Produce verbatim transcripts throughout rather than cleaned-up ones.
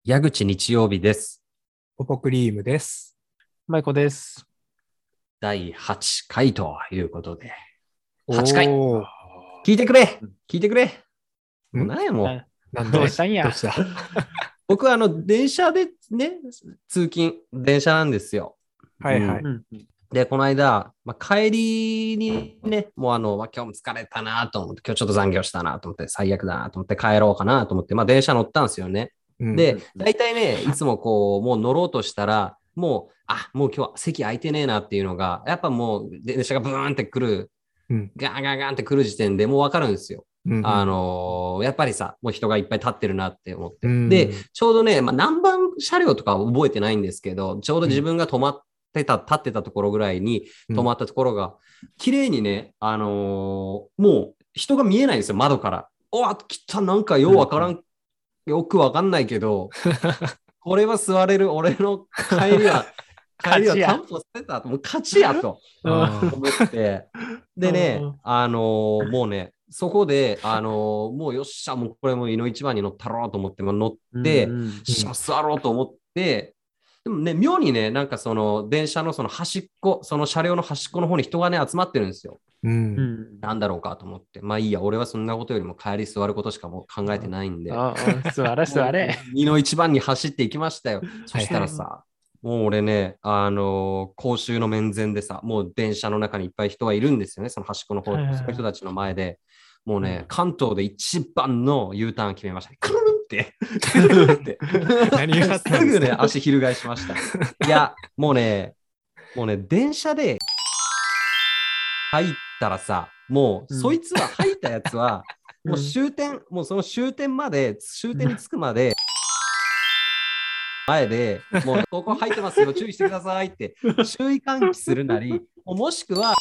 矢口日曜日です。 ポポクリームです。 マイコです。 だいはちかいということで。 はちかい聞いてくれ聞いてくれもう何やもう。 なんどうしたんや。 どうした僕はあの、電車でね、通勤、電車なんですよ。 はいはい。 うん、で、この間、まあ、帰りにね、もうあの、まあ、今日も疲れたなと思って、今日ちょっと残業したなと思って、最悪だなと思って帰ろうかなと思って、まあ、電車乗ったんですよね。 うん、 で、大体ね、いつもこう、もう乗ろうとしたら、もう、あ、もう今日は席空いてねえなっていうのが、やっぱもう電車がブーンって来る、うん、ガンガンガンって来る時点でもう分かるんですよ。うんうん、あのー、やっぱりさ、もう人がいっぱい立ってるなって思って。うん、で、ちょうどね、まあ、何番車両とか覚えてないんですけど、ちょうど自分が止まってた、立ってたところぐらいに止まったところが、綺麗にね、あのー、もう人が見えないんですよ、窓から。おわ、来た、なんかようわからん、よくわかんないけど、これは座れる、俺の帰りは、帰りは担保してたと、もう勝ちやと思って。でね、あのー、もうね、そこで、あのー、もうよっしゃ、もうこれもいの一番に乗ったろうと思って、乗って、うんうん、座ろうと思って、でもね、妙にね、なんかその電車のその端っこ、その車両の端っこの方に人がね、集まってるんですよ。うん、なんだろうかと思って。まあいいや、俺はそんなことよりも帰り座ることしかもう考えてないんで。 ああ座れ座れ。 にの一番に走っていきましたよ。そしたらさ、はいはい、もう俺ね、あのー、公衆の面前でさ、もう電車の中にいっぱい人がいるんですよね、その端っこの方、はいはい、その人たちの前で。もうね、うん、関東で一番の U ターン決めましたね。くるるんって。くるるんって。何がすぐね、足翻しました。いや、もうね、もうね、電車で入ったらさ、もう、うん、そいつは入ったやつは、もう終点、うん、もうその終点まで、終点に着くまで、前で、もうここ入ってますよ、注意してくださいって、注意喚起するなり、もしくは、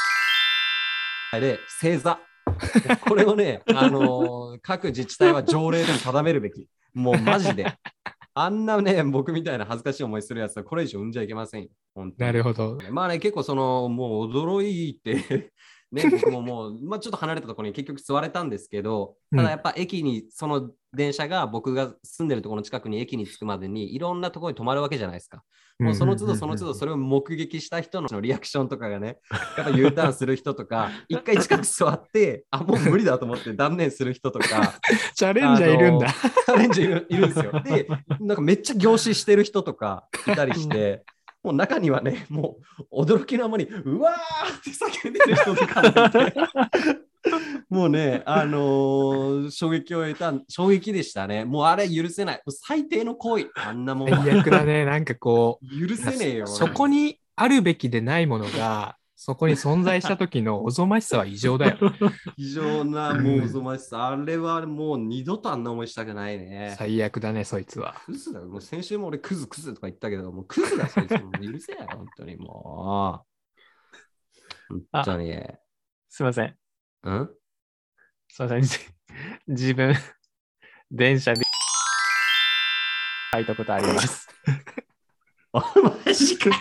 で、正座。これをね、あのー、各自治体は条例で定めるべき。もうマジで。あんなね、僕みたいな恥ずかしい思いするやつはこれ以上産んじゃいけませんよ。本当に。 なるほど。 まあね、結構その、もう驚いて、ね、僕ももう、まあちょっと離れたところに結局座れたんですけど、ただやっぱ駅に、その電車が僕が住んでるところの近くに駅に着くまでにいろんなところに止まるわけじゃないですか。もうその都度その都度それを目撃した人のリアクションとかがね、やっぱ U ターンする人とか、一回近く座って、あ、もう無理だと思って断念する人とか。 チャレンジャーいるんだ。 チャレンジャーいるんですよ。で、なんかめっちゃ凝視してる人とかいたりして、もう中にはね、もう驚きのあまり、うわーって叫んでる人とかもいて、もうね、あのー、衝撃を得た、衝撃でしたね。もうあれ許せない。最低の行為、あんなもん。 最悪だね、なんかこう。許せねえよ。 そこにあるべきでないものが、そこに存在した時のおぞましさは異常だよ。 異常なもうおぞましさ。あれはもう二度とあんな思いしたくないね。 最悪だね、そいつは。 クズだよ。もう先週も俺クズクズとか言ったけど、もうクズだ、そいつも。許せや、本当にもう。本当に。 すいません。 んすいません。自分、電車で書いたことあります。 マジか。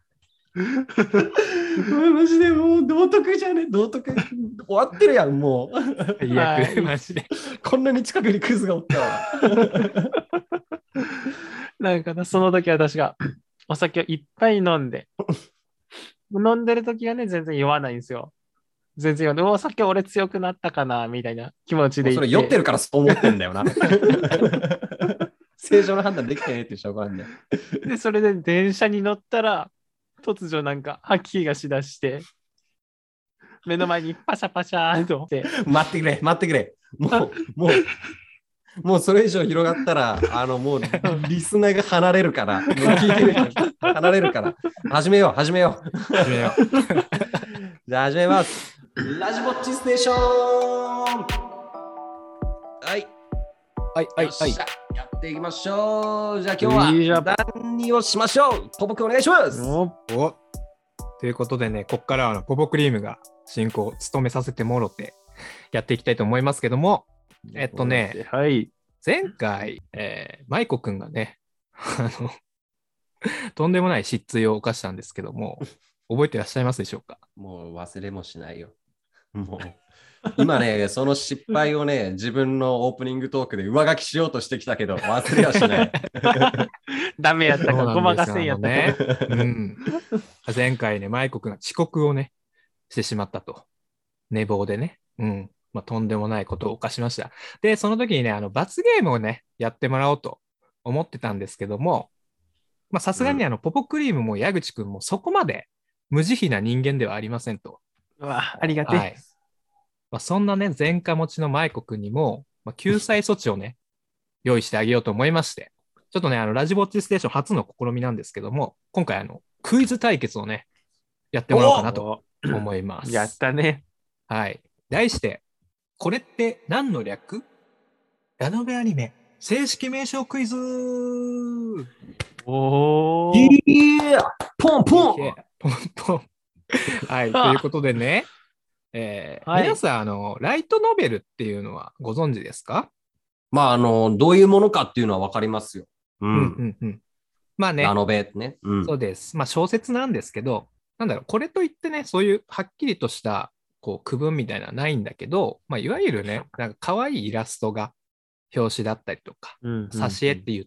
マジでもう道徳じゃね道徳終わってるやんもういやマジでこんなに近くにクズがおったわなんかなその時私がお酒をいっぱい飲んで飲んでる時はね全然酔わないんですよ全然酔わないお酒俺強くなったかなみたいな気持ちでいてそれ酔ってるからそう思ってんだよな正常な判断できてねってしょうがないんだよでそれで電車に乗ったら突如なんか吐き気がしだして目の前にパシャパシャーと待ってくれ待ってくれもうもうもうそれ以上広がったらあのもうリスナーが離れるからもう聞いてる人離れるから始めよう始めよう始めようじゃあ始めますラジボッチステーションはいはいはいはいやっていきましょう。じゃあ今日は何をしましょう。ポポくんお願いします。 おおということでね、ここからはポポクリームが進行を務めさせてもろてやっていきたいと思いますけども、えっとね、 はい、 前回、えー、マイコくんがね、あのとんでもない失墜を犯したんですけども、覚えていらっしゃいますでしょうか。 もう忘れもしないよ。もう今ね、その失敗をね、自分のオープニングトークで上書きしようとしてきたけど、忘れはしない。 ダメやったか、 そうなごまかんですよ、あせんやったか。 のね。うん。前回ね、マイコ君が遅刻をね、してしまったと。寝坊でね。うん。まあ、とんでもないことを犯しました。で、その時にね、あの、罰ゲームをね、やってもらおうと思ってたんですけども、まあ、さすがにあの、ポポクリームも矢口くんもそこまで無慈悲な人間ではありませんと。 うわ、ありがてえ。 はい。まあ、そんなね、前科持ちの舞子くんにも、まあ、救済措置をね、用意してあげようと思いまして、ちょっとね、あの、ラジボッチステーション初の試みなんですけども、今回あの、クイズ対決をね、やってもらおうかなとお思います。 やったね。 はい。題して、これって何の略？ラノベアニメ、正式名称クイズ。 おー。 いやポンポン。 ポンポン。はい。ということでね、えーはい皆さん、あの、ライトノベルっていうのはご存知ですか？ まあ、あの、どういうものかっていうのはわかりますよ。う。 うんんうん。まあね、 ラノベね。うん。 そうです。まあ小説なんですけど、なんだろう、これといってね、そういうはっきりとしたこう区分みたいなのはないんだけど、まあ、いわゆるね、なんか可愛いイラストが表紙だったりとか、 うんうんうん挿絵って言って、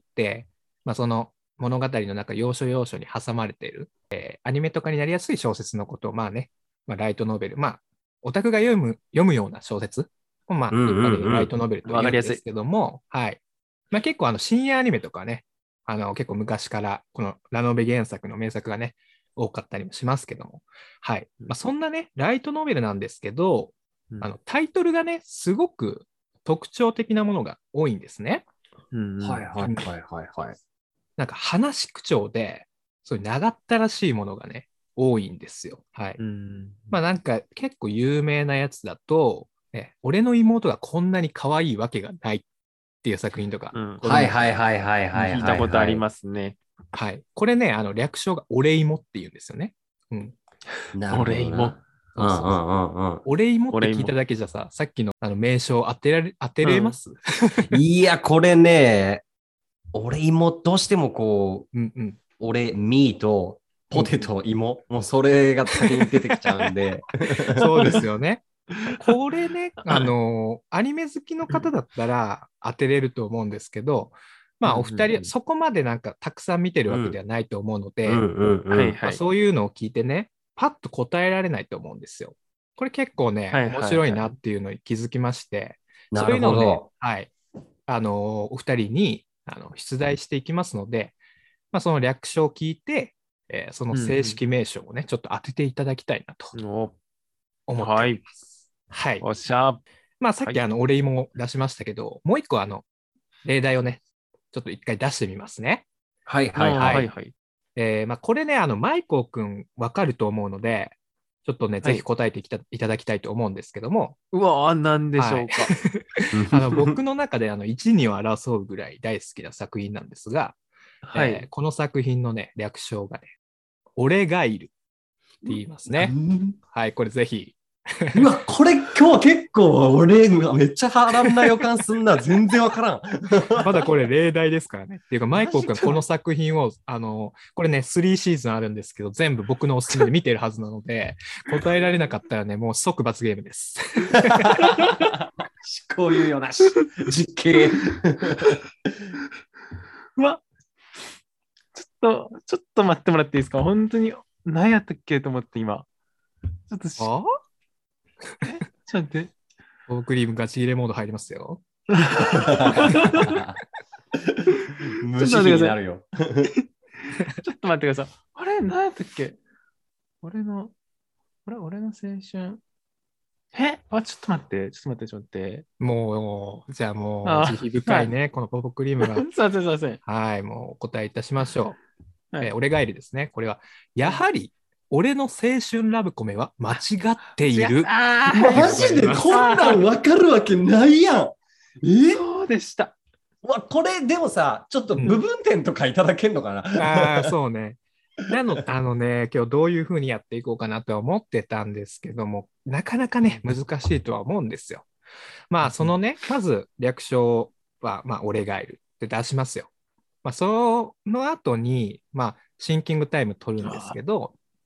まあ、その物語の中、要所要所に挟まれている、えーアニメとかになりやすい小説のことを、まあね、まあ、ライトノベル、まあ、オタクが読む読むような小説を、まあ、 うんうんうん一般的にライトノベルと言わかりやすいうんですけども、はい。まあ、結構あの深夜アニメとかね、あの結構昔からこのラノベ原作の名作がね、多かったりもしますけども、はい。まあ、そんなね、ライトノベルなんですけど、 うんあのタイトルがね、すごく特徴的なものが多いんですね。 うんうんはいはいはいはいはい。 なんか話口調で、そういう長ったらしいものがね、多いんですよ。はい。 うんまあなんか結構有名なやつだと、ね、俺の妹がこんなに可愛いわけがないっていう作品とか、 うんご存知はいはいはいはいはいはい。 聞いたことありますね。 はい。これね、あの略称が俺芋っていうんですよね。うん。 なるほ俺もどな。うんうんうんうん。 俺芋って聞いただけじゃさ、さっきのあの名称当てられ、当てれます、 いや、これね、俺芋どうしてもこう、 うんうん。 俺、ミーとポテト、芋、もうそれが先に出てきちゃうんで。 そうですよね。これね、あのアニメ好きの方だったら当てれると思うんですけど、まあ、お二人、 うんうんうんそこまでなんかたくさん見てるわけではないと思うので、 うんうんうん。 はいはい。 まあ、そういうのを聞いてね、パッと答えられないと思うんですよ。これ結構ね、 はいはいはい面白いなっていうのに気づきまして、 なるそういうのをね、 ほど。 はい、あのお二人にあの出題していきますので、まあ、その略称を聞いて、えーその正式名称をね、ちょっと当てていただきたいなとお思っております。はい。 おっしゃ。 まあ、さっきはいあの、お礼も出しましたけど、もう一個あの、例題をね、ちょっと一回出してみますね。 はいはいあーはい。 はいはい。 えーまあ、これね、あの、マイコー君わかると思うので、ちょっとね、 はいぜひ答えていきたいただきたいと思うんですけども、 うわー、なんでしょうか。 あの、僕の中であの、一、二を争うぐらい大好きな作品なんですが、 はい。 えーこの作品のね、略称がね、俺がいるって言いますね。はい、これぜひ。 うわ、これ今日結構俺めっちゃ波乱な予感すんな。全然わからん。 まだこれ例題ですからね。っていうか、マイコー君マジかこの作品を、あの、これね、スリーシーズンあるんですけど、全部僕のおすすめで見てるはずなので、答えられなかったらね、もう即罰ゲームです。 思考猶予なし。実刑。 うわ、ちょっと、ちょっと待ってもらっていいですか？本当に、何やったっけと思って今。ちょっとし、ちょあっと待って。 トークリームガチ切れモード入りますよ。 無視になるよ。 ちょっと待ってください。あれ何やったっけ？俺の、あれ俺の青春。えあ、ちょっと待って、ちょっと待って、ちょっと待って。 もう、じゃあもう、 あー慈悲深いね、このポポクリームが。 すいません、すいません。 はい、もうお答えいたしましょう。 はいえー俺がいるですね。これは、やはり、俺の青春ラブコメは間違っている。 あーマジでこんなんわかるわけないやん。えそうでした。 わこれでもさ、ちょっと部分点とかいただけんのかな、 ああ、そうね。なの、あのね、今日どういうふうにやっていこうかなとは思ってたんですけども、なかなかね、難しいとは思うんですよ。まあ、そのね、まず略称は、まあ、俺がいるって出しますよ。まあ、その後に、まあ、シンキングタイム取るんですけど、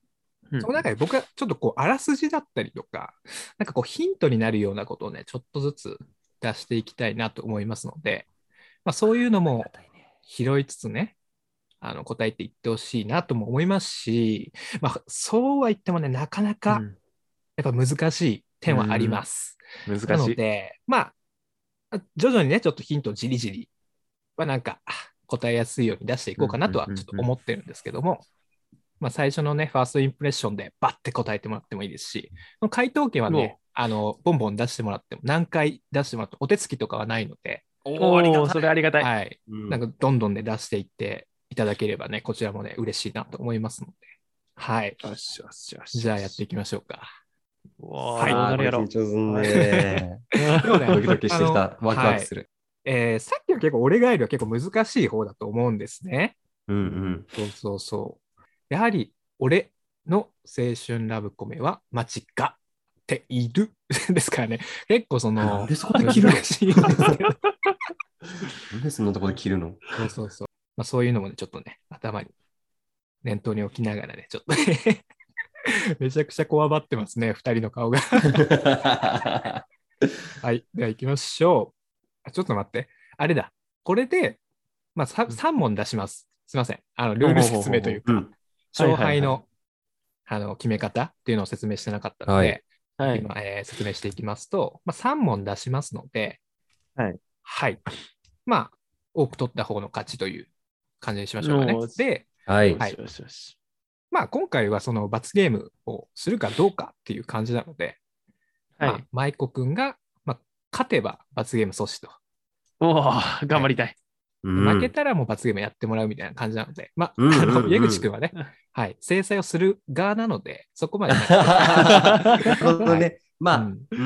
その中で僕はちょっとこう、あらすじだったりとか、なんかこう、ヒントになるようなことをね、ちょっとずつ出していきたいなと思いますので、まあ、そういうのも拾いつつね、あの答えていってほしいなとも思いますし、まあ、そうは言ってもね、なかなかやっぱ難しい点はあります。 うん、難しい。 なので、まあ、徐々にね、ちょっとヒントをじりじりはなんか答えやすいように出していこうかなとはちょっと思ってるんですけども、まあ、最初のね、ファーストインプレッションでバッて答えてもらってもいいですし、回答権はね、あのボンボン出してもらっても、何回出してもらっても、お手つきとかはないので、 おお、ありがたい。それありがたい。 はい。うん、なんかどんどんね、出していっていただければね、こちらもね、嬉しいなと思いますので。はい。 よしよしよし。 じゃあやっていきましょうか。 はい。どうなるやろ。 緊張すんね。ドキドキしてきた。ワクワクする。 はい、えー、さっきは結構、俺がいるは結構難しい方だと思うんですね。 うんうん。 そうそうそう。やはり、俺の青春ラブコメは間違っているですからね。結構その、 なんでそこで切るの難しいんですけど。 なんでそんなところで切るのそうそうそう。まあ、そういうのもね、ちょっとね、頭に、念頭に置きながらね、ちょっとねめちゃくちゃこわばってますね、二人の顔がはい、では行きましょう。ちょっと待って。あれだ。これで、まあ、さん問出します。すいません。あのルール説明というか、勝敗の、あの決め方っていうのを説明してなかったので、はい、今、えー、説明していきますと、まあ、さん問出しますので、 はい。 はい。まあ、多く取った方の勝ちという感じにしましょうかね。で、 はい。 はい、よしよし。 まあ、今回はその罰ゲームをするかどうかっていう感じなので、はい。まあ、舞子くんが、まあ、勝てば罰ゲーム阻止と。 おお、頑張りたい。はい、 うん、負けたらもう罰ゲームやってもらうみたいな感じなので、まあ、うんうんうん、あの家口くんはね、はい、制裁をする側なので、そこまでなるほどね。はい、まあ、うんうんうん、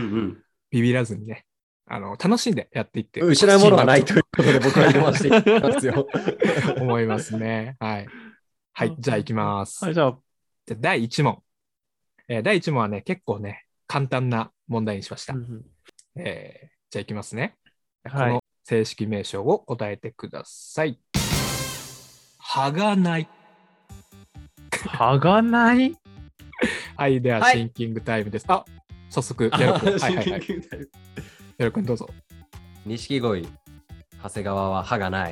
ビビらずにね、あの楽しんでやっていって。 失うものはないということで僕は入れましていきますよ。 思いますね。はい。はい、じゃあ行きます。 はい、じゃあ。 じゃあだいいち問。えー、だいいち問はね、結構ね、簡単な問題にしました。うんうん、えー、じゃあ行きますね。はい、この正式名称を答えてください。はがない。 はがないはい、ではシンキングタイムです。はい、あ、早速、やろくん。はいはいはい。やろくんどうぞ。 錦鯉、長谷川は歯がない。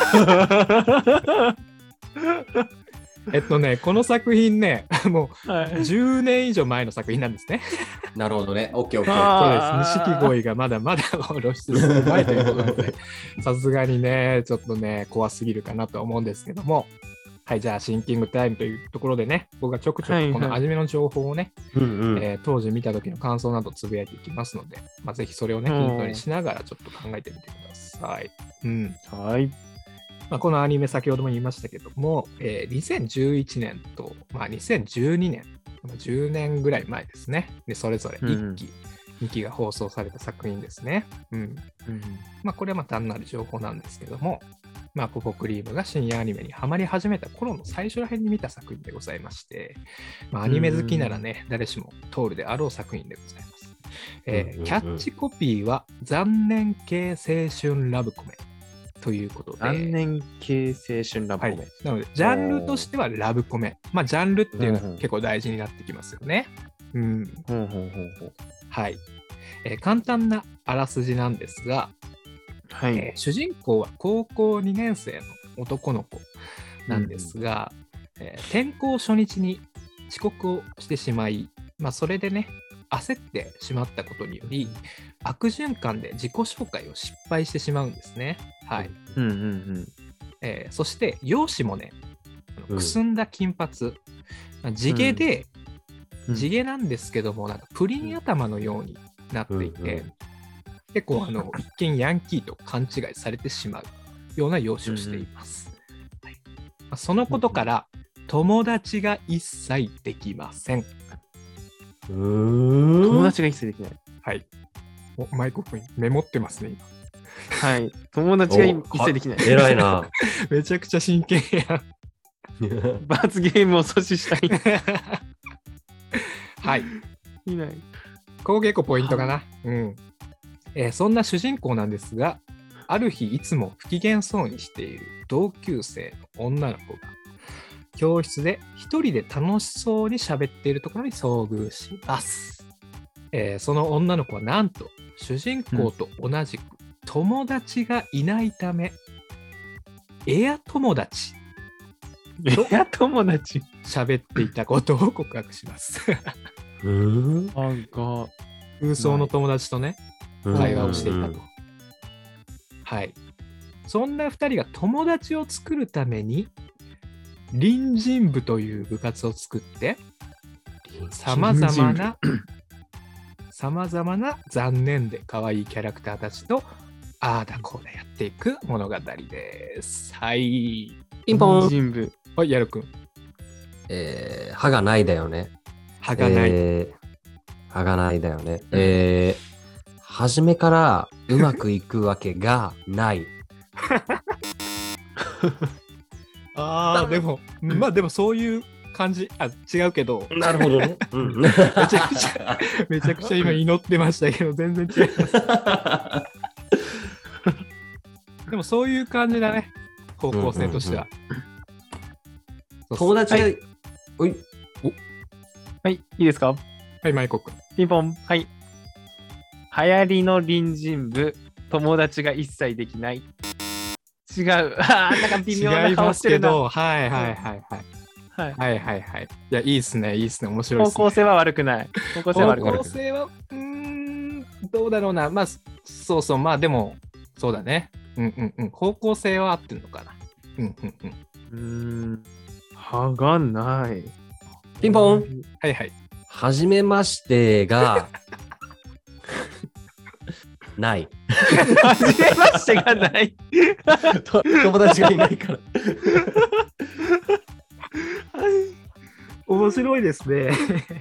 えっとね、この作品ね、もうじゅうねん以上前の作品なんですね。 なるほどね。オッケーオッケー。 そうです。錦鯉がまだまだ露出する前ということで、さすがにね、ちょっとね、怖すぎるかなと思うんですけども、はい、じゃあシンキングタイムというところでね、僕がちょくちょくこのアニメの情報をね、はいはいえー、当時見た時の感想などつぶやいていきますので、まあ、ぜひそれをね、ヒントにしながらちょっと考えてみてください。うん。 はい。 まあ、このアニメ先ほども言いましたけども、えー、にせんじゅういちねんと、まあ、にせんじゅうにねん、じゅうねんぐらい前ですね。でそれぞれいっき、にきが放送された作品ですね。うんうんまあ、これはまあ単なる情報なんですけども、まあ、ポポクリームが深夜アニメにハマり始めた頃の最初ら辺に見た作品でございまして、まあ、アニメ好きならね、誰しも通るであろう作品でございます。えー、キャッチコピーは残念系青春ラブコメ。ということで。 残念系青春ラブコメ、はい。 なので、ジャンルとしてはラブコメ。まあ、ジャンルっていうのは結構大事になってきますよね。うん。はい、えー。簡単なあらすじなんですが、はいえー、主人公は高校にねん生の男の子なんですが、うんえー、転校初日に遅刻をしてしまい、まあ、それでね、焦ってしまったことにより悪循環で自己紹介を失敗してしまうんですね。はい。うんうんうんえー、そして容姿もね、くすんだ金髪、うん、地毛で、うん、地毛なんですけども、なんかプリン頭のようになっていて、うんうん、結構あの一見ヤンキーと勘違いされてしまうような容姿をしています。うんうんはいまあ、そのことから、うん、友達が一切できません。 うーん友達が一切できない。 はい。お、マイコ君メモってますね、今。 はい。友達が一切できない。 偉いな。 めちゃくちゃ真剣や。 罰ゲームを阻止したい。 はい。 いない。 ここ結構ポイントかな。うん、えー。そんな主人公なんですが、ある日いつも不機嫌そうにしている同級生の女の子が、 教室で一人で楽しそうに喋っているところに遭遇します。えーその女の子はなんと主人公と同じく友達がいないため、エア友達いや、友達。 喋っていたことを告白します。 うんなんか、 空想の友達とね、会話をしていたと。はい。そんなふたりが友達を作るために、隣人部という部活を作って、さまざまな、さまざまな残念で可愛いキャラクターたちと、ああだこうだやっていく物語です。はい。 ピンポン。 人部。 はい、やるくん。 えー、歯がないだよね。 歯がない。 えー歯がないだよね。えー、初めからうまくいくわけがない。 ああ、でも、まあでもそういう感じ、あ、違うけど。 なるほどね。うん、 めちゃくちゃ、めちゃくちゃ今祈ってましたけど、全然違います。でもそういう感じだね、方向性としては。 友達が、 はい、 おいおはい、いいですか？ はい、マイコ君。 ピンポン。はい。流行りの隣人部、友達が一切できない。違う。あーなんか微妙な顔してるな。 違いますけど、はいはいはいはい。 はいはいはいはい。いや、いいっすね、いいっすね、面白いっすね。 方向性は悪くない。方向性は悪くない。 方向性は、うーん、どうだろうな。まあ、そうそう、まあでも、そうだね。うんうんうん。方向性は合ってるのかな。うんうんうん。 うーん。歯がない。 ピンポン。 はいはい。 はじめましてがない。 はじめましてがない。 友達がいないから。 面白いですね。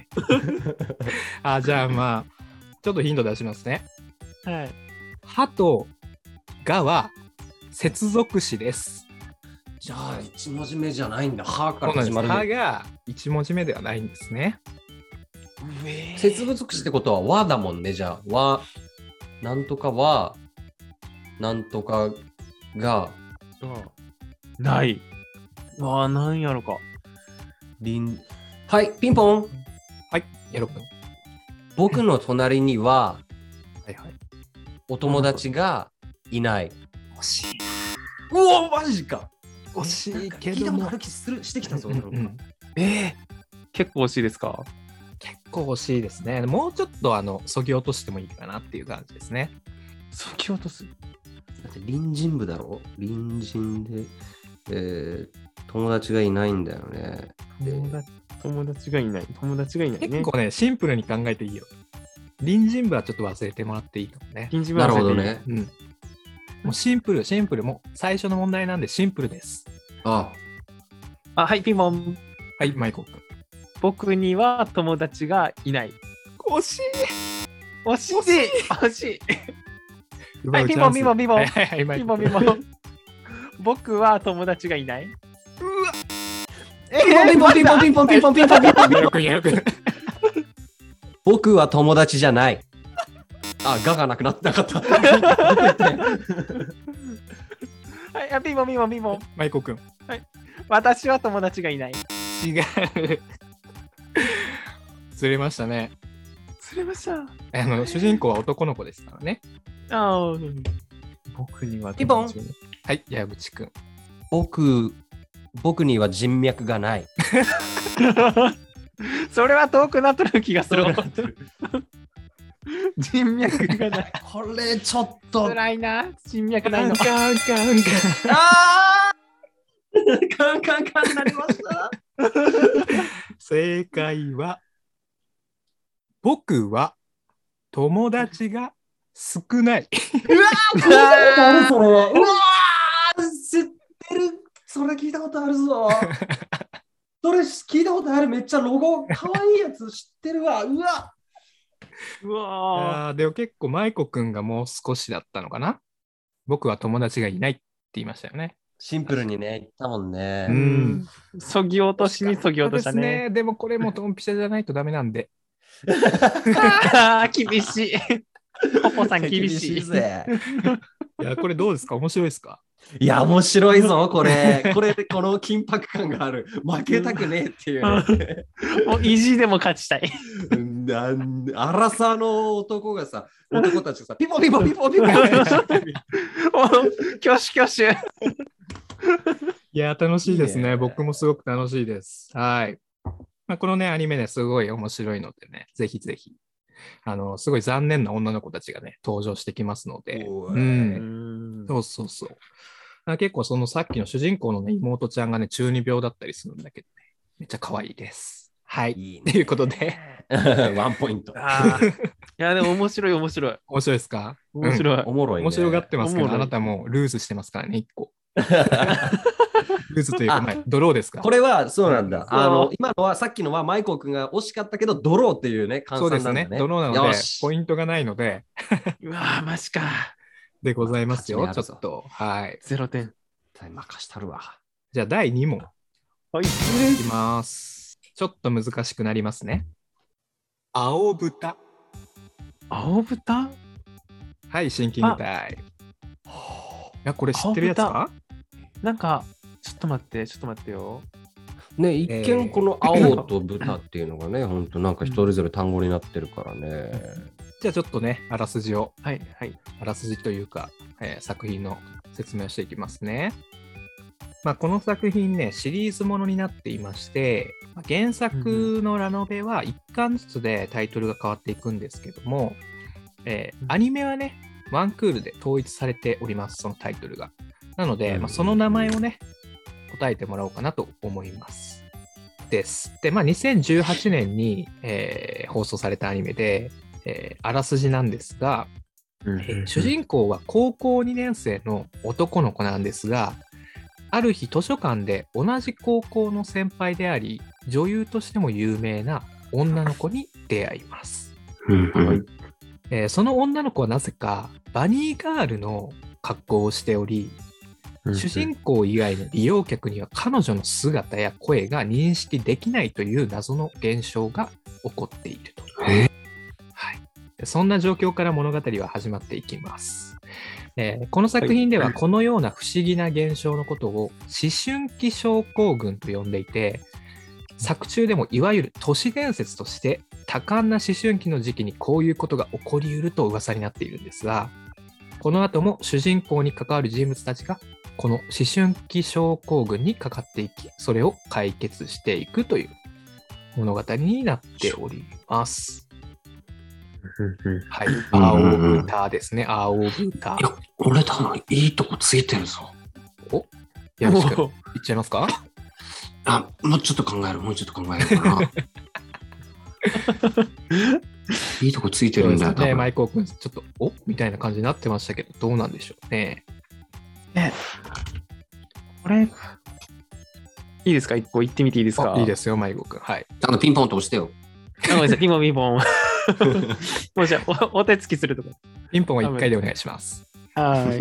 あ、じゃあまあ、ちょっとヒント出しますね。 はい。 歯とがは接続詞です。 じゃあ一文字目じゃないんだ。歯から始まる。 歯が一文字目ではないんですね。 接続詞ってことは和だもんね。じゃあ和なんとかはなんとかがない。わあ、なんやろか。 りんはいピンポン。 はいやろくん。 僕の隣にははいはいお友達がいない。 惜しい。 うおマジか。 惜しいけ聞いたことどもある気するしてきたぞ。 うんうん、 えー、結構惜しいですか？ 結構惜しいですね。もうちょっとあのそぎ落としてもいいかなっていう感じですね。 そぎ落とす。 だって隣人部だろ。隣人で、えー、友達がいないんだよね。 友達友達がいない。友達がいないね。 結構ね、シンプルに考えていいよ。隣人部はちょっと忘れてもらっていいかもね。 隣人部はなるほど忘れていい。 ね。 うん。もうシンプル、シンプル。もう最初の問題なんでシンプルです。 ああ、はい、ピンポン。 はい、マイコ君。 僕には友達がいない。 惜しい惜しい惜しいはい、ピンポン、ピンポン、ピンポン。 はいはいはい、 ピンポン、ピンポン。僕は友達がいない。 うわえピンポンピンポンピンポンピンポンピンポンピンポンピンポン。 やろくんやろくん。 僕は友達じゃない。あ、ががなくなってなかった。 はい、ピンポン、ピンポン、ピンポン。 マイコ君。 はい。私は友達がいない。 違う。ずれましたね。 ずれました。 あの主人公は男の子ですからね。 ああ、僕にはピンポン。 はい、矢口くん。 僕、僕には人脈がない。 それは遠くなってる気がする。人脈がない。 これちょっと。 辛いな。人脈ないの。 カンカンカンカン。 あーカンカンカンになりました。 正解は、僕は友達が少ない。 うわー聞いたことあるそれ。うわー知ってる。それ聞いたことあるぞ。それ聞いたことある。めっちゃロゴかわいいやつ知ってるわ。うわうわあでも結構マイコくんがもう少しだったのかな。僕は友達がいないって言いましたよね。 シンプルにね、言ったもんね。 うん。 そぎ落としにそぎ落としたね。 ですね。でもこれもドンピシャじゃないとダメなんで。 あ厳しい。ポポさん厳しい。 厳しいぜ。 いや、これどうですか？面白いですか？ いや、面白いぞ、これ。これでこの緊迫感がある。負けたくねえっていう、ね。 もう意地でも勝ちたい。 なんアラサーの男がさ、男たちがさ、ピポピポピポピポって挙手挙手。 いや、楽しいですね。 いいね僕もすごく楽しいです。はい。まあ、このね、アニメね、すごい面白いのでね、ぜひぜひ。あの、すごい残念な女の子たちがね、登場してきますので。 おいうん。そうそうそう。あ結構そのさっきの主人公のね、妹ちゃんがね、中二病だったりするんだけどね、めっちゃ可愛いです。はい。 いいねということで。 ワンポイント。 あーいや、でも面白い面白い。 面白いですか？ 面白い。 おもろいね。 面白がってますけど、 おもろいあなたもうルーズしてますからね、一個。ルーズというか、 あまあ、ドローですか？ これはそうなんだ。 そうあの、今のはさっきのはマイコ君が惜しかったけど、ドローっていうね、換そうです算なんだね。。 ねドローなので、 よしポイントがないので、 うわー、マジか。 でございますよ、 まあ勝ち目あるぞちょっと。はい。 ゼロてん。 任したるわ。 じゃあ、だいに問はい。 いきます。ちょっと難しくなりますね。青豚。 青豚はい、シンキングタイム。いや、これ知ってるやつか？ なんか、ちょっと待って、ちょっと待ってよ。 ね、一えー見この青と豚っていうのがね、ほんとなんか一人ぞれ単語になってるからね。 じゃあ、ちょっとね、あらすじを、 はい、はい。 あらすじというか、えー作品の説明をしていきますね。まあ、この作品ね、シリーズものになっていまして、まあ原作のラノベはいっかんずつでタイトルが変わっていくんですけども、えーうんアニメはね、ワンクールで統一されております、そのタイトルが。なので、 うんまあ、その名前をね、答えてもらおうかなと思います。です。で、まあ、にせんじゅうはちねんに、えー放送されたアニメで、えーあらすじなんですが、えー主人公は高校にねん生の男の子なんですが、ある日図書館で同じ高校の先輩であり、女優としても有名な女の子に出会います。 はいえーその女の子はなぜかバニーガールの格好をしており、主人公以外の利用客には彼女の姿や声が認識できないという謎の現象が起こっていると。はい、そんな状況から物語は始まっていきます。えーこの作品ではこのような不思議な現象のことを思春期症候群と呼んでいて、作中でもいわゆる都市伝説として多感な思春期の時期にこういうことが起こりうると噂になっているんですが、この後も主人公に関わる人物たちがこの思春期症候群にかかっていき、それを解決していくという物語になっております。はい、青豚ですね、青豚。 いや、俺多分いいとこついてるぞ。 お、よろしくおいっちゃいますか？ あ、もうちょっと考える、もうちょっと考えるかな。いいとこついてるんだよ、多ね、 分。 マイコー君、ちょっと、おみたいな感じになってましたけど、どうなんでしょうね。 え、これ、いいですか？一個言ってみていいですか？ あいいですよ、マイコー君。はい。 ちゃんとピンポンと押してよ。 あ、ごめんなさい、ピンポンピンポン。もうじゃあお、お手つきするとか。 ピンポンはいっかいでお願いします。 はーい。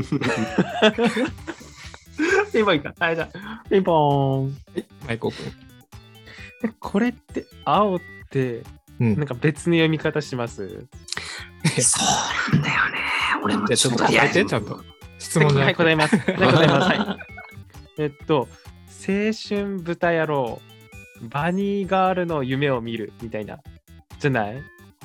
ピンポンいいか。はい、じゃあ、ピンポーン。 はい、マイコー君。 えこれって、青って、 うんなんか別の読み方しますそうなんだよね。俺もじゃあちょっといや答えて、ちゃんと。質問じゃは、 ないくて答えます。はい、答えます。はい。えっと、青春豚野郎、バニーガールの夢を見るみたいな。じゃない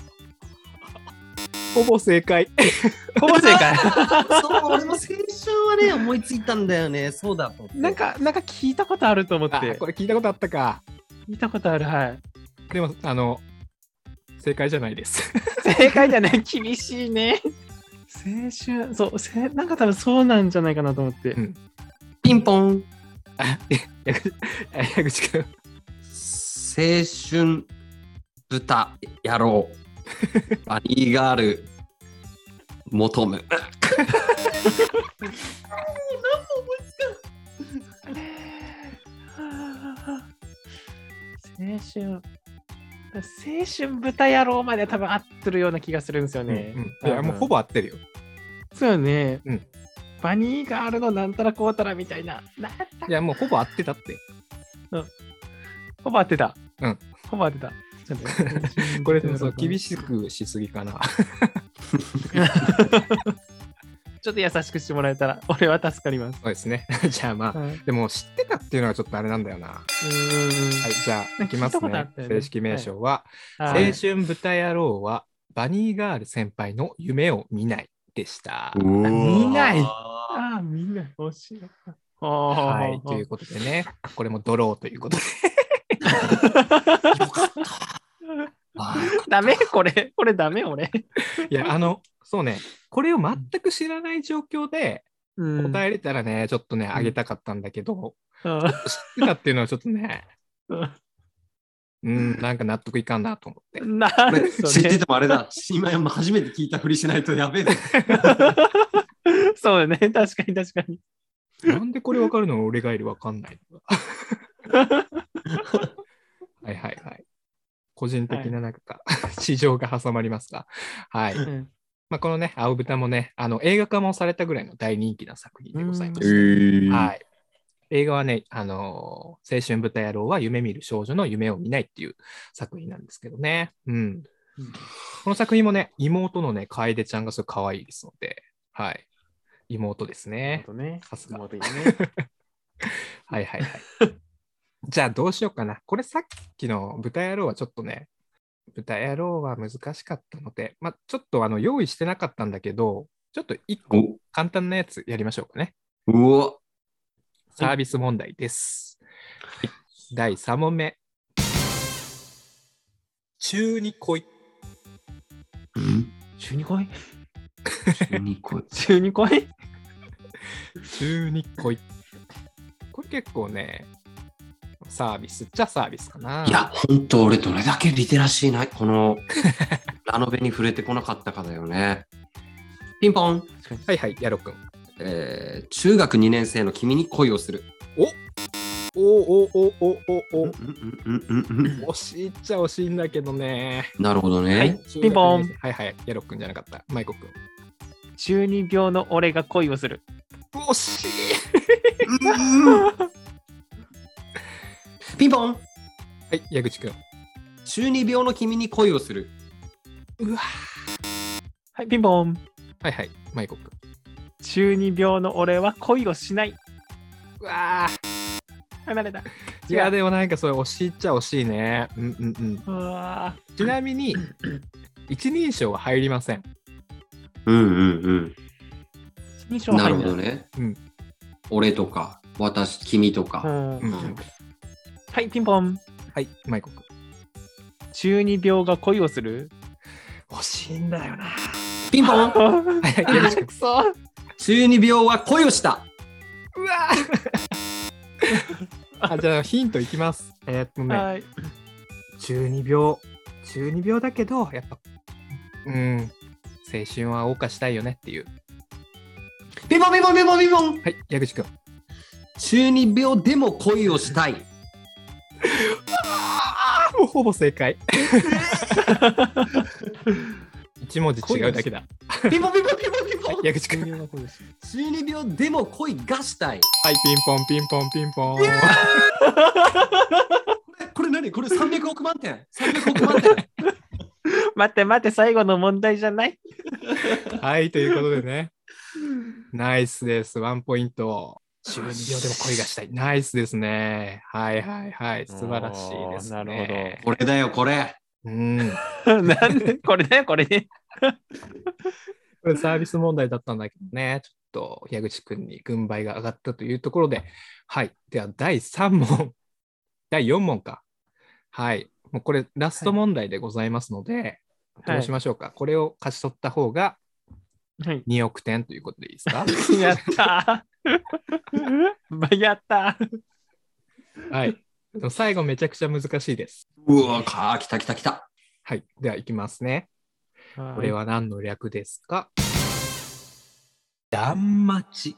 ほぼ正解。 ほぼ正解。 そう、俺も青春はね、思いついたんだよね。そうだと思って。 なんか、なんか聞いたことあると思っあ、 てこ。れ聞いたことあったか。 聞いたことある、はい。 でも、あの、正解じゃないです。 正解じゃない、厳しいね。青春、そう、せなんか多分そうなんじゃないかなと思って。 うんピンポン。 あ、矢口矢口君。 青春豚野郎。バニーガール求む。 青春、青春豚野郎までは多分合ってるような気がするんですよね。 うんうんいや、もうほぼ合ってるよ。 そうよね。 うんバニーガールのなんたらこうたらみたいな。なんだいや、もうほぼ合ってたって。 ほぼ合ってた。 うん。 ほぼ合ってた。ちょっと待ってこれでもそう厳い。 しくしすぎかな。 ちょっと優しくしてもらえたら、俺は助かります。 そうですね。じゃあまあ、 はい、 でも知ってたっていうのはちょっとあれなんだよな。うーん。はい、じゃあ、いきますね。ね正式名称は、はい、青春豚野郎は、バニーガール先輩の夢を見ないでした。 見ない。ああ、見ない。惜しい。 はい、ということでね、これもドローということで。 よかった。 ダメこれ、これダメ俺。 いや、あの、そうね、これを全く知らない状況で答えれたらね、うん、ちょっとね、あげたかったんだけど、うん、知ってたっていうのはちょっとね、うん、なんか納得いかんなと思って。 な知っててもあれだ、今初めて聞いたふりしないとやべえ。 そうだね、確かに確かに。 なんでこれ分かるの俺がいる分かんないのはいはいはい。個人的ななんか、はい、市場が挟まりますが。はい。うんまあ、このね、青豚もね、あの映画化もされたぐらいの大人気な作品でございまして、はい、映画はね、あのー、青春豚野郎は夢見る少女の夢を見ないっていう作品なんですけどね。うん。うん、この作品もね、妹のね、楓ちゃんがすごい可愛いですので、はい。妹ですね。さすが。妹いいね。はいはいはい。じゃあどうしようかな。これさっきの豚野郎はちょっとね、豚野郎は難しかったので、まあ、ちょっとあの用意してなかったんだけど、ちょっと一個簡単なやつやりましょうかね。 うわサービス問題です。だいさん問目。中に恋。 ん中に恋中に恋中に恋中に恋。これ結構ね、サービスっちゃサービスかな。 いや、ほんと俺どれだけリテラシーない、このラノベに触れてこなかったかだよね。ピンポン。 はいはい、ヤロくん。 えー、中学にねん生の君に恋をする。 おおおおおおお惜しいっちゃ惜しいんだけどね。 なるほどね。 はい、ピンポン。 はいはい、ヤロくんじゃなかった。マイコくん。 中二病の俺が恋をする。 惜しいピンポン。 はい、矢口くん。 中二病の君に恋をする。 うわはい、ピンポン。 はいはい、マイコくん。 中二病の俺は恋をしない。 うわ離れた。 いや、でもなんかそれ惜しいっちゃ惜しいね。うんうんうん。 うわちなみに、一人称は入りません。 うんうんうん。 一人称は入るなるほどね。 うん。 俺とか、私、君とか。うんうん、はい、ピンポン。 はい、マイコくん。 中二病が恋をする。 惜しいんだよな。 ピンポン。 はい、よろしく。 中二病は恋をした。 うわあ、じゃあヒントいきます。えー、っとね、はい、中二病、中二病だけど、やっぱ、うん、青春は謳歌したいよねっていう。 ピンポンピンポンピンポンピンポン。 はい、矢口くん。 中二病でも恋をしたい。 あもうほぼ正解。一文字違うだけだ。 ピンポンピンポンピンポンピンポン。 矢口くん。 中二病でも恋がしたい。 はい、ピンポンピンポンピンポン。これこれ何？これさんびゃくおく満点。さんびゃくおく満点。 待って待って、最後の問題じゃない。 はい、ということでね。ナイスです。ワンポイント。中二病でも恋がしたい。ナイスですね。はいはいはい。素晴らしいですね。 なるほど。これだよ、これ。 うん。 なんでこれだよ、これね。 これサービス問題だったんだけどね。ちょっと矢口くんに軍配が上がったというところで。はい。ではだいさん問。だいよん問か。はい。もうこれラスト問題でございますので、はい、どうしましょうか。これを勝ち取った方がにおくてんということでいいですか？ やったーやったーはい。でも最後めちゃくちゃ難しいです。 うわー、来た来た来た。 はい。ではいきますね。これは何の略ですか？断末。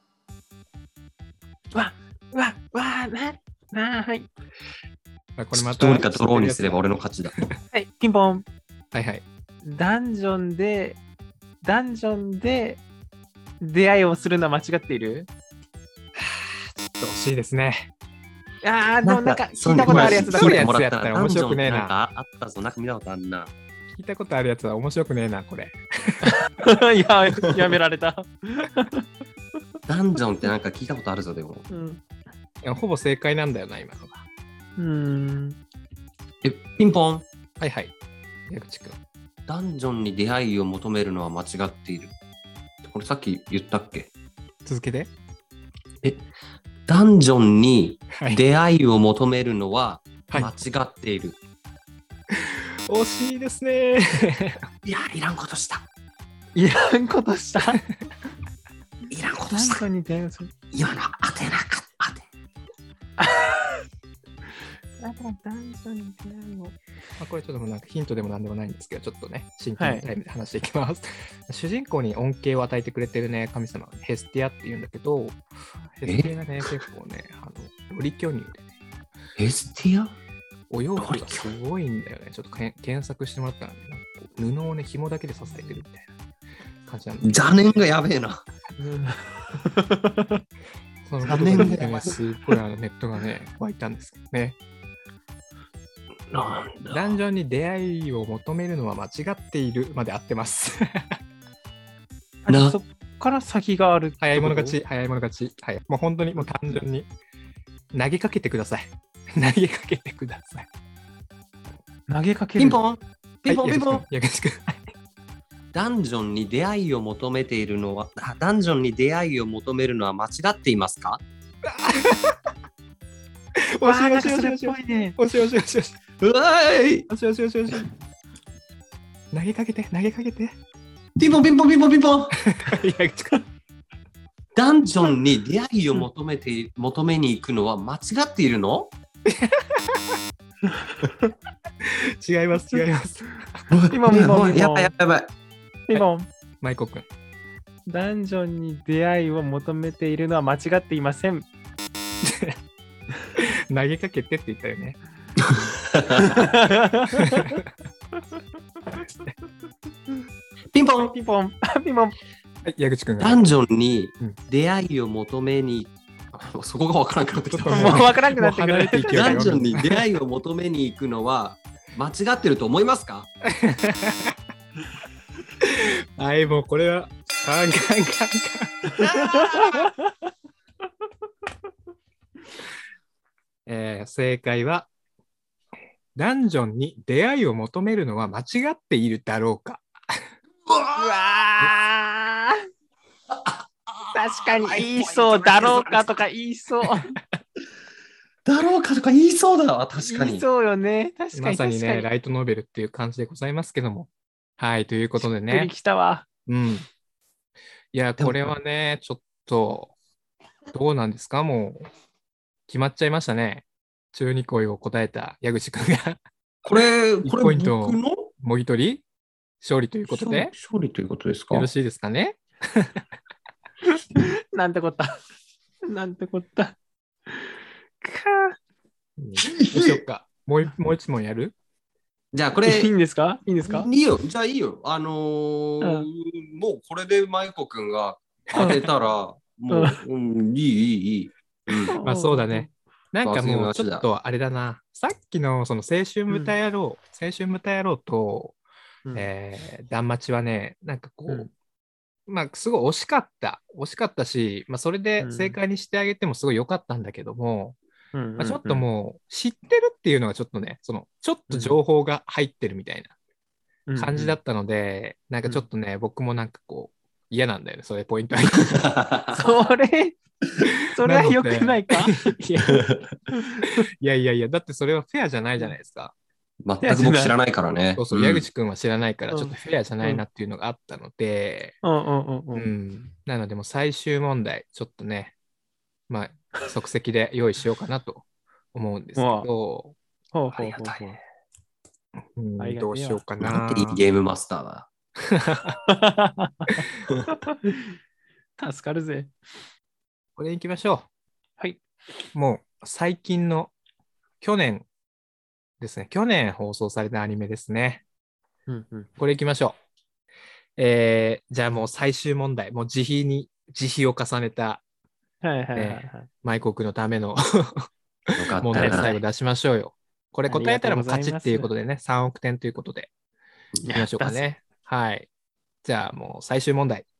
わわわななはい。 これまたどうにかドローにすれば俺の勝ちだ。 はい、ピンポン。 はいはい。 ダンジョンで、ダンジョンで出会いをするのは間違っている？ ちょっと惜しいですね。 ああ、でもなんか聞いたことあるやつだ。 これやつやったら面白くねえな。 なんかあったぞ、なんか見たことあるな。 聞いたことあるやつは面白くねえな、これ。 いや、やめられた。 ダンジョンってなんか聞いたことあるぞ、でも。 うん。 いやほぼ正解なんだよな、今のが。 うーん。 え、ピンポン。 はいはい。矢口くん。 ダンジョンに出会いを求めるのは間違っている。これさっき言ったっけ？ 続けて。 え、ダンジョンにはい。 出会いを求めるのははい間違っている。 惜しいですね。 いや、いらんことした。 いらんことした。 いらんことなんした。 かに電話する。 今の当てなかった。当て。 だから男女に出会いを。 まあ、これちょっとなんかヒントでもなんでもないんですけど、ちょっとね、真剣タイムで話していきます。主人公に恩恵を与えてくれてるね、神様、ヘスティアって言うんだけど、ヘスティアがね、結構ね、あの、ロリ巨乳でね、 エスティア？ お洋服がすごいんだよね。ちょっとけん検索してもらったらね、なんかこう布をね、紐だけで支えてるみたいな感じなんで。 邪念がやべえな。 そのことがね、すっごいあのネットがね、湧いたんですけどね。 なんだ。 ダンジョンに出会いを求めるのは間違っているまで合ってます。 なそっから先がある。 早い者勝ち、早い者勝ち。はい。もう本当にもう単純に投げかけてください。投げかけてください。 投げかける。 ピンポンピンポンはいピンポン。 矢口くん。 ダンジョンに出会いを求めているのは、あダンジョンに出会いを求めるのは間違っていますか？ わあ、 惜しい惜しいなんかそれっ惜しいぽいね。 惜しい惜しい惜しい惜しいうわーい。 惜しい惜しい惜しい惜しい。投げかけて投げかけて。 ピンポンピンポンピンポンピンポン。 矢口くん。 ダンジョンに出会いを求めて、求めに行くのは間違っているの？ 違います違います。 今も今もやばいやばいやばい。 ピンポン。 マイコくん。 ダンジョンに出会いを求めているのは間違っていません。 投げかけてって言ったよね。 ピンポン。 ピンポン。ピンポン。 はい、矢口くんが。 ダンジョンにうん出会いを求めに、そこがわからなくなってきた。 ちょっともうわからなくなってくるもう離れてい。けばダンジョンに出会いを求めに行くのは間違ってると思いますか？ はい、もうこれは、カンカンカンカン。えー正解は、ダンジョンに出会いを求めるのは間違っているだろうか。 うわー確かに言いそうだろうかとか言いそう。 だろうかとか言いそうだわ、確かに。 言いそうよね。確かにまさにね、 確かに。 ライトノベルっていう感じでございますけども。はい、ということでしっくりね。 きたわ。 うん。いや、 でもこれはね、ちょっと、どうなんですか？もう、決まっちゃいましたね。中二恋を答えた矢口くんが、 これ、こいちれポイント僕のもぎ取り勝利ということで、 勝利ということですか？ よろしいですかね？ なんてこった。なんてこった。かうんどうしよっか。もう一もう一問やる？ じゃあこれ、 いいんですかいいんですかいいよ。じゃあいいよ。あのーうもうこれでマイコくんが当てたら、もう、うん、いい、いい、いい。うん、 まあそうだね。なんかもうちょガセガセだっとあれだな。さっきのその青春豚野郎、青春豚野郎と、 うんえー、断末はね、なんかこう、 うんまあすごい惜しかった。惜しかったし、まあそれで正解にしてあげてもすごい良かったんだけども、 うんまあ、ちょっともう知ってるっていうのがちょっとね、そのちょっと情報が入ってるみたいな感じだったので、なんかちょっとね、僕もなんかこう嫌なんだよね、それポイント。 それ、それは良くないかいやいやいやいや、だってそれはフェアじゃないじゃないですか。 全く僕知らないからね。 そうそう、 ん矢口くんは知らないから、 うんちょっとフェアじゃないなっていうのがあったので、 うんうんうんううん。 ん。なので、もう最終問題、ちょっとね、まあ、即席で用意しようかなと思うんですけど、 ほうほうほうありがたいほうね。 うんありがてえわどうしようかなんな。 ていいゲームマスターだ。 助かるぜ。 これ行きましょはい。 う。もう最近の去年ですね。去年放送されたアニメですね。 うんうん。 これ行きましょう。えー、じゃあもう最終問題。もう自費に、自費を重ねたはいはいはいはい。 ねマイコクのためのよかった問題最後な。 出しましょうよ。これ答えたらもう勝ちっていうことで。 でね、さんおくてんということで。 いきましょうかね。はい。じゃあもう最終問題。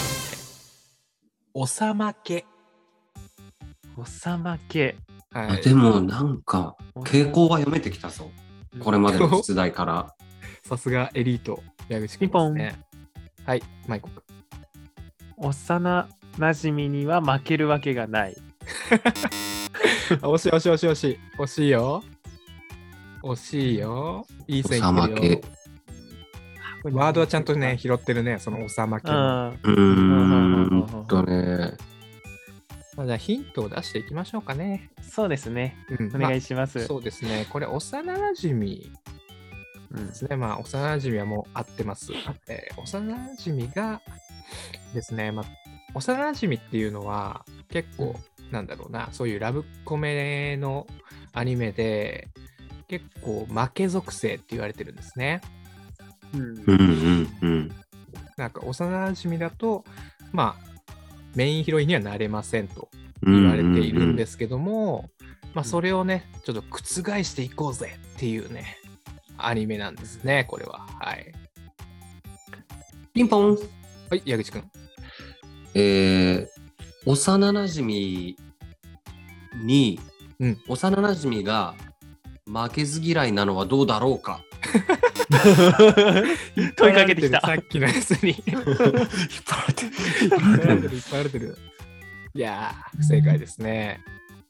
おさまけ。 おさまけ。 はい、でもなんか傾向は読めてきたぞ。これまでの出題から。 さすがエリート、矢口君ですね。はい、マイコ君。 幼なじみには負けるわけがない。 惜しい惜しい惜しい惜しい。惜しいよ。惜しいよ。いい線いってるよ。ワードはちゃんとね、拾ってるね、そのおさまけの。 うーんとね。 まあ、じゃあヒントを出していきましょうかね。 そうですね。うん、お願いします、 まあ。そうですね。これ、幼なじみですね。うん、まあ、幼なじみはもう合ってます。えー、幼なじみがですね、まあ、幼なじみっていうのは結構、なんだろうな、そういうラブコメのアニメで結構負け属性って言われてるんですね。 うんうんうん。 なんか幼なじみだと、まあ、メインヒロインにはなれませんと言われているんですけども、うんうんうん、まあ、それをね、ちょっと覆していこうぜっていうね、アニメなんですね、これは。はい。 ピンポン。 はい、矢口くん。 えー、幼なじみに、うん、幼なじみが負けず嫌いなのはどうだろうか。 問いかけてきた。 さっきのやつに。引っ張られてる。引っ張られてる。引っ張られてる。いやー、正解ですね。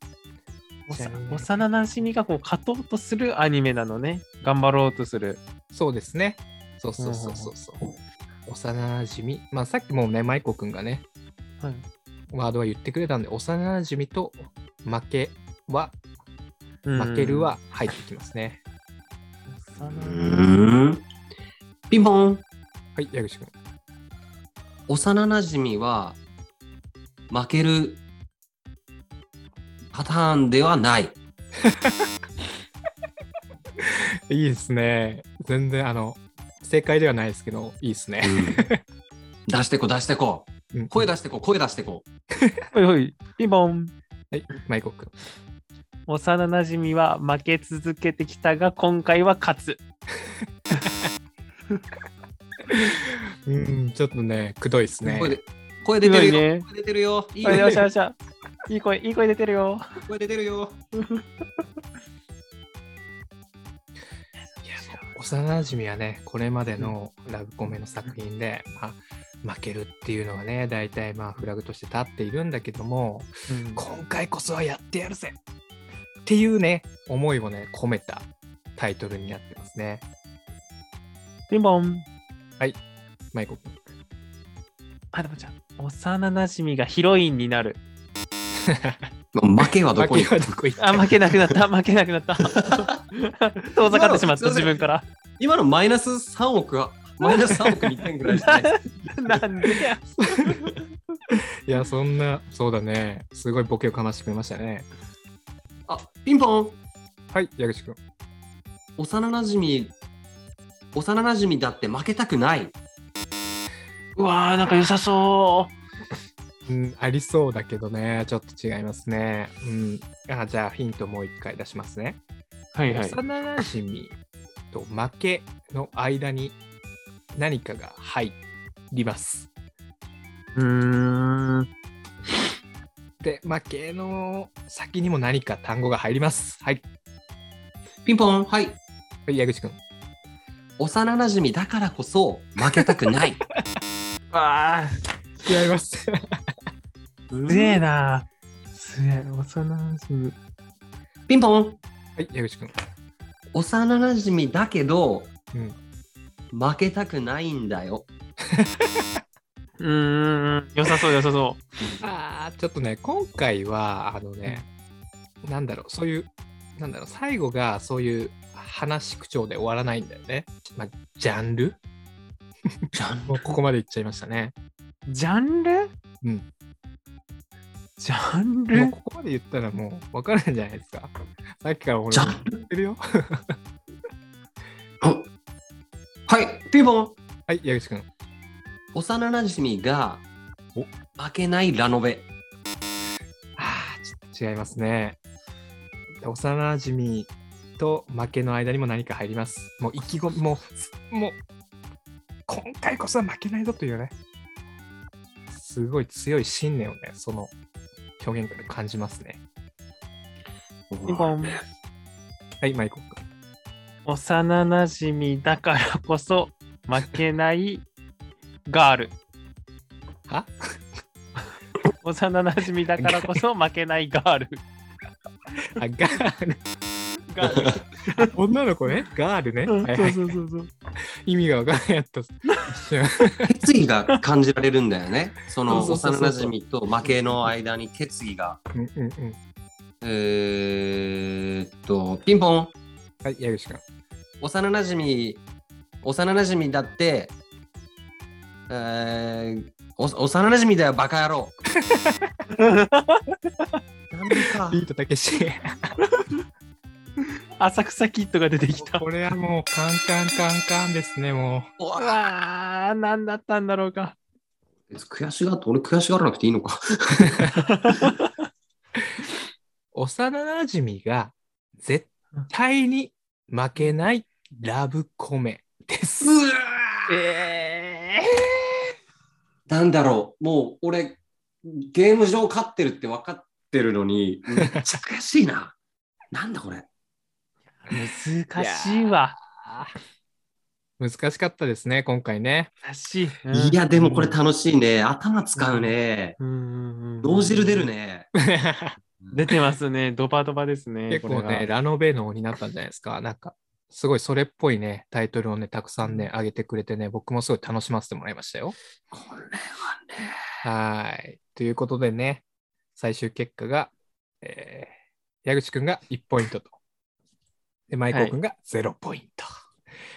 幼なじみがこう勝とうとするアニメなのね。頑張ろうとする。 そうですね。そうそうそうそうそう。幼なじみ。まあさっきもね、マイコくんがね、はい、ワードは言ってくれたんで、幼なじみと負けは、負けるは入ってきますね。 うーん。ピンポン。 はい、矢口くん。 幼なじみは負けるパターンではない。 いいですね。全然あの正解ではないですけど、いいですね。うん、 出してこ出してこ。うん、声出してこ声出してこ。 はいはい。ピンポン。 はい、マイコくん。 幼なじみは負け続けてきたが、今回は勝つ。 うん、ちょっとね、くどいですね。 声で声出てるよ。ね、声出てるよ。 いいよ。よしよしよし。いい声、いい声出てるよ。 声出てるよ。 幼なじみはね、これまでのラブコメの作品で、まあ、負けるっていうのはね、大体まあフラグとして立っているんだけども、うん、今回こそはやってやるぜっていうね、思いをね、込めたタイトルになってますね。 ピンポン。 はい、マイコ君。 あ、でもじゃあ、幼なじみがヒロインになる。 負けはどこにあ、負けなくなった、負けなくなった。遠ざかってしまった、自分から。 今のマイナスさんおくは、マイナスさんおくにてんぐらいじゃないですか。なんでや。 いや、そんな、そうだね。すごいボケをかましてくれましたね。 あ、ピンポン。 はい、矢口くん。 幼なじみ、幼なじみだって負けたくない。 うわー、なんか良さそう。 うん、ありそうだけどね、ちょっと違いますね。うん、あじゃあヒントもう一回出しますね。 はいはい。 幼なじみと負けの間に何かが入ります。 うーん。 で、負けの先にも何か単語が入ります。はい。 ピンポン。はい。 はい、矢口くん。 幼なじみだからこそ負けたくない。 わあ。 違います。 すげえな。すげえ、幼なじみ。 ピンポン。 はい、矢口くん。 幼なじみだけど、 うん、 負けたくないんだよ。 うーん、良さそう良さそう。 ああ、ちょっとね、今回は、あのね、うん、なんだろう、そういう、なんだろう、最後がそういう話口調で終わらないんだよね。まあ、ジャンルジャンルもうここまでいっちゃいましたね。 ジャンルうん。 ジャンルもうここまで言ったらもう分からないんじゃないですか。さっきから俺ジャンル言ってるよ。 はい、ピンポン。 はい、矢口くん。 幼なじみが負けないラノベ。 ああ、ちょっと違いますね。幼なじみと負けの間にも何か入ります。もう意気込み、もう、もう、今回こそは負けないぞというね、すごい強い信念をね、その表現から感じますね。 ピンポン。 はい、マイコ君。 幼なじみだからこそ負けないガール。 は幼なじみだからこそ負けないガール。 あ、ガール。 ガール。 女の子ね、ガールね。はいはい、 そうそうそうそう。 意味がわからないやった。 決意が感じられるんだよね。その幼なじみと負けの間に決意が。 うんうんうん、 えーっと、ピンポン。 はい、矢口君。 幼なじみ、幼なじみだって、えー、お幼なじみだよ、バカ野郎。なんでか。 ビートたけし。 浅草キッドが出てきた。 これはもうカンカンカンカンですね、もう。 うわー、何だったんだろうか。 悔しがって、俺悔しがらなくていいのか。 幼なじみが絶対に負けないラブコメです。うわえー、なんだろう、もう俺、ゲーム上勝ってるって分かってるのに、めっちゃ悔しいな。なんだこれ。 難しいわ。 難しかったですね、今回ね。 難しい。 うん、いや、でもこれ楽しいね。頭使うね。脳汁出るね。 出てますね。ドバドバですね。 結構ね、ラノベ脳になったんじゃないですか。なんか、すごいそれっぽいね、タイトルをね、たくさんね、上げてくれてね、僕もすごい楽しませてもらいましたよ。 これはね。 はい。ということでね、最終結果が、えー、矢口くんがいちポイントと。で、マイコー君がゼロポイント。はい、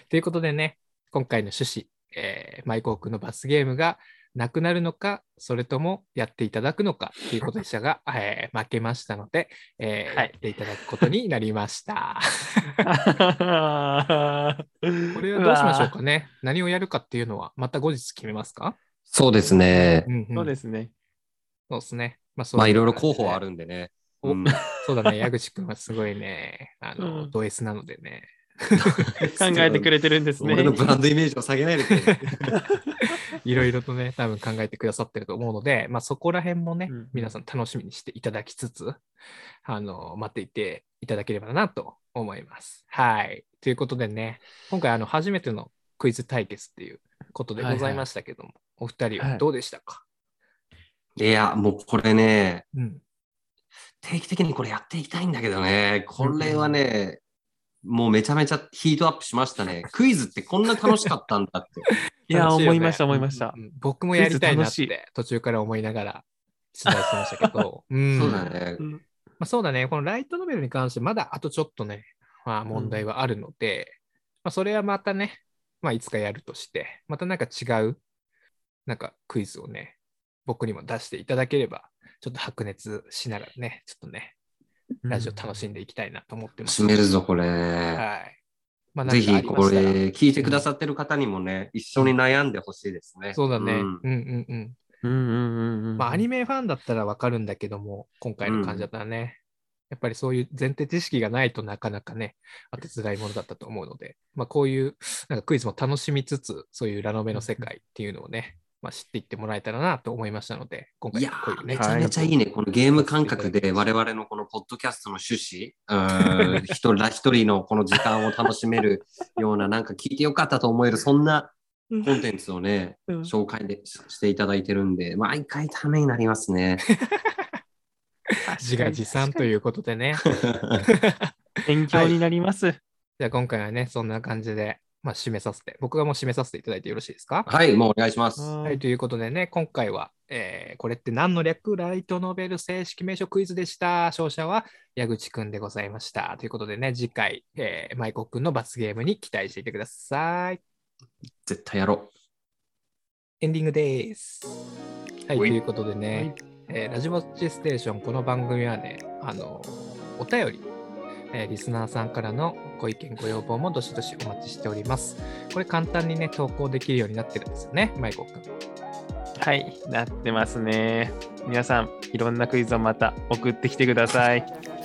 ということでね、今回の趣旨、えー、マイコー君の罰ゲームがなくなるのか、それともやっていただくのかということでしたが、えー、負けましたので、えーはい、やっていただくことになりました。これはどうしましょうかね。何をやるかっていうのは、また後日決めますか？ そうですね。 うんうん、そうですね。 そうですね。 まあ、そういうまあ、いろいろ候補はあるんでね。 うん、そうだね、矢口くんはすごいね、あの、うん、ド S なのでね。 考えてくれてるんですね。 俺のブランドイメージを下げないでくれ。 いろいろとね、多分考えてくださってると思うので、まあそこら辺もね、うん、皆さん楽しみにしていただきつつ、あの、待っていていただければなと思います。はい。ということでね、今回あの、初めてのクイズ対決っていうことでございましたけども、はいはい、お二人はどうでしたか？ はい、いや、もうこれね、 うん、 定期的にこれやっていきたいんだけどね、これはね、うん、もうめちゃめちゃヒートアップしましたね。クイズってこんな楽しかったんだって。 いや、ね、思いました、思いました、 うんうん。僕もやりたいなって途中から思いながら取材してましたけど。 うん、そうだね、 まあ。そうだね。このライトノベルに関してまだあとちょっとね、まあ、問題はあるので、うん、まあ、それはまたね、まあ、いつかやるとして、またなんか違うなんかクイズをね、僕にも出していただければ、ちょっと白熱しながらね、ちょっとね、ラジオ楽しんでいきたいなと思ってます。 締めるぞ、これ。 はい。 まあ、ぜひ、これ、聞いてくださってる方にもね、うん、一緒に悩んでほしいですね。 そうだね。うんうんうん。 うんうんうん。 まあ、アニメファンだったらわかるんだけども、今回の感じだったらね、うん、やっぱりそういう前提知識がないとなかなかね、当てづらいものだったと思うので、まあ、こういうなんかクイズも楽しみつつ、そういうラノベの世界っていうのをね、まあ、知っていってもらえたらなと思いましたので、今回こういう、ね、 めちゃめちゃいいね。このゲーム感覚で我々のこのポッドキャストの趣旨、うん、一人一人のこの時間を楽しめるような、なんか聞いてよかったと思える、そんなコンテンツをね、うん、紹介でしていただいてるんで、毎回ためになりますね。 自画自賛ということでね。 勉強になります。はい、 じゃあ今回はね、そんな感じで、まあ、締めさせて、僕がもう締めさせていただいてよろしいですか？ はい、もうお願いします。 はい、ということでね、今回は、えー、これって何の略？ライトノベル正式名称クイズでした。勝者は矢口くんでございました。ということでね、次回、えー、マイコくんの罰ゲームに期待していてください。 絶対やろう。 エンディングです。はい、ということでね、えー、ラジモッチステーション、この番組はね、あの、お便り、えー、リスナーさんからのご意見ご要望もどしどしお待ちしております。これ簡単にね投稿できるようになってるんですよね、マイコくん。 はい、なってますね。皆さんいろんなクイズをまた送ってきてください。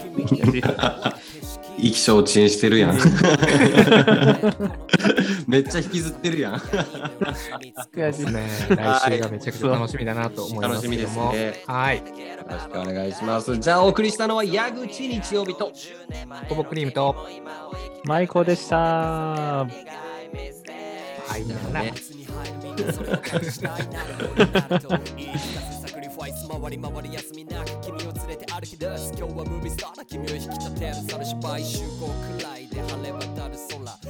意気消沈してるやん。めっちゃ引きずってるやん。 悔しいね。来週がめちゃくちゃ楽しみだなと思いますけども。楽しみですね。はい。よろしくお願いします。じゃあお送りしたのは矢口日曜日とコボクリームとマイコでした。はい、いいな。回り回り休みなく君を連れて歩き出す今日はムービースターな君を引き立てるさる失敗集合くらいで晴れ渡る空